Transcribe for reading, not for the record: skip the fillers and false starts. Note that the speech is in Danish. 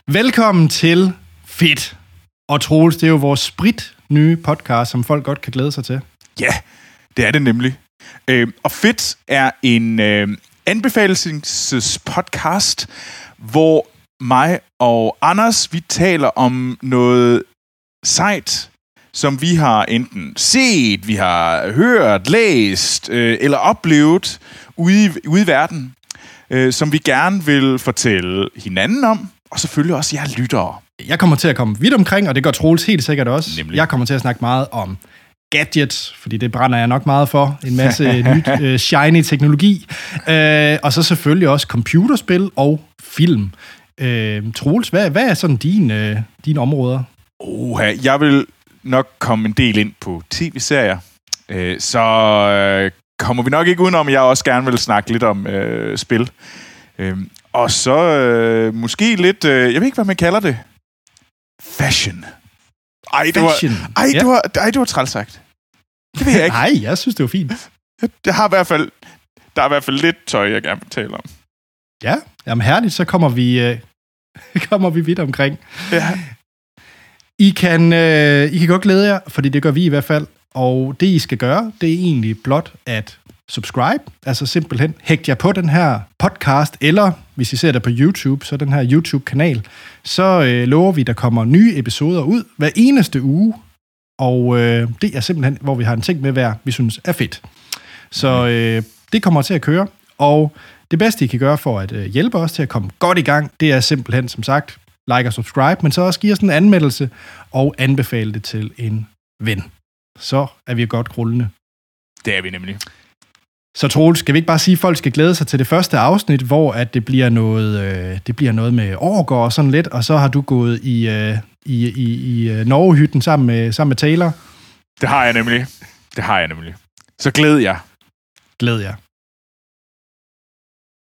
Velkommen til Fedt. Og Troels, det er jo vores sprit nye podcast, som folk godt kan glæde sig til. Ja, det er det nemlig. Og Fedt er en anbefalespodcast, hvor mig og Anders, vi taler om noget sejt, som vi har enten set, vi har hørt, læst eller oplevet ude i verden, som vi gerne vil fortælle hinanden om, og selvfølgelig også jer lyttere. Jeg kommer til at komme vidt omkring, og det gør Troels helt sikkert også. Nemlig. Jeg kommer til at snakke meget om gadgets, fordi det brænder jeg nok meget for. En masse nyt shiny teknologi. Og så selvfølgelig også computerspil og film. Troels, hvad er sådan dine områder? Jeg vil nok komme en del ind på tv-serier. Så kommer vi nok ikke udenom, at jeg også gerne vil snakke lidt om spil. Og så måske lidt, jeg ved ikke, hvad man kalder det. Fashion. Det var træls sagt. Det ved jeg ikke. Nej, jeg synes, det var fint. Der er i hvert fald lidt tøj, jeg gerne vil tale om. Ja, jamen herligt, så kommer vi vidt omkring. Ja. I kan godt glæde jer, fordi det gør vi i hvert fald. Og det, I skal gøre, det er egentlig blot at subscribe, altså simpelthen hægt jer på den her podcast, eller hvis I ser det på YouTube, så den her YouTube-kanal, så lover vi, der kommer nye episoder ud hver eneste uge, og det er simpelthen, hvor vi har en ting med hver, vi synes er fedt. Så det kommer til at køre, og det bedste, I kan gøre for at hjælpe os til at komme godt i gang, det er simpelthen, som sagt, like og subscribe, men så også give os en anmeldelse og anbefale det til en ven. Så er vi godt rullende. Det er vi nemlig. Så Troels, skal vi ikke bare sige, at folk skal glæde sig til det første afsnit, hvor at det bliver noget med Overgård og sådan lidt, og så har du gået i Norgehytten sammen med Taylor. Det har jeg nemlig. Så glæd jer. Glæd jer.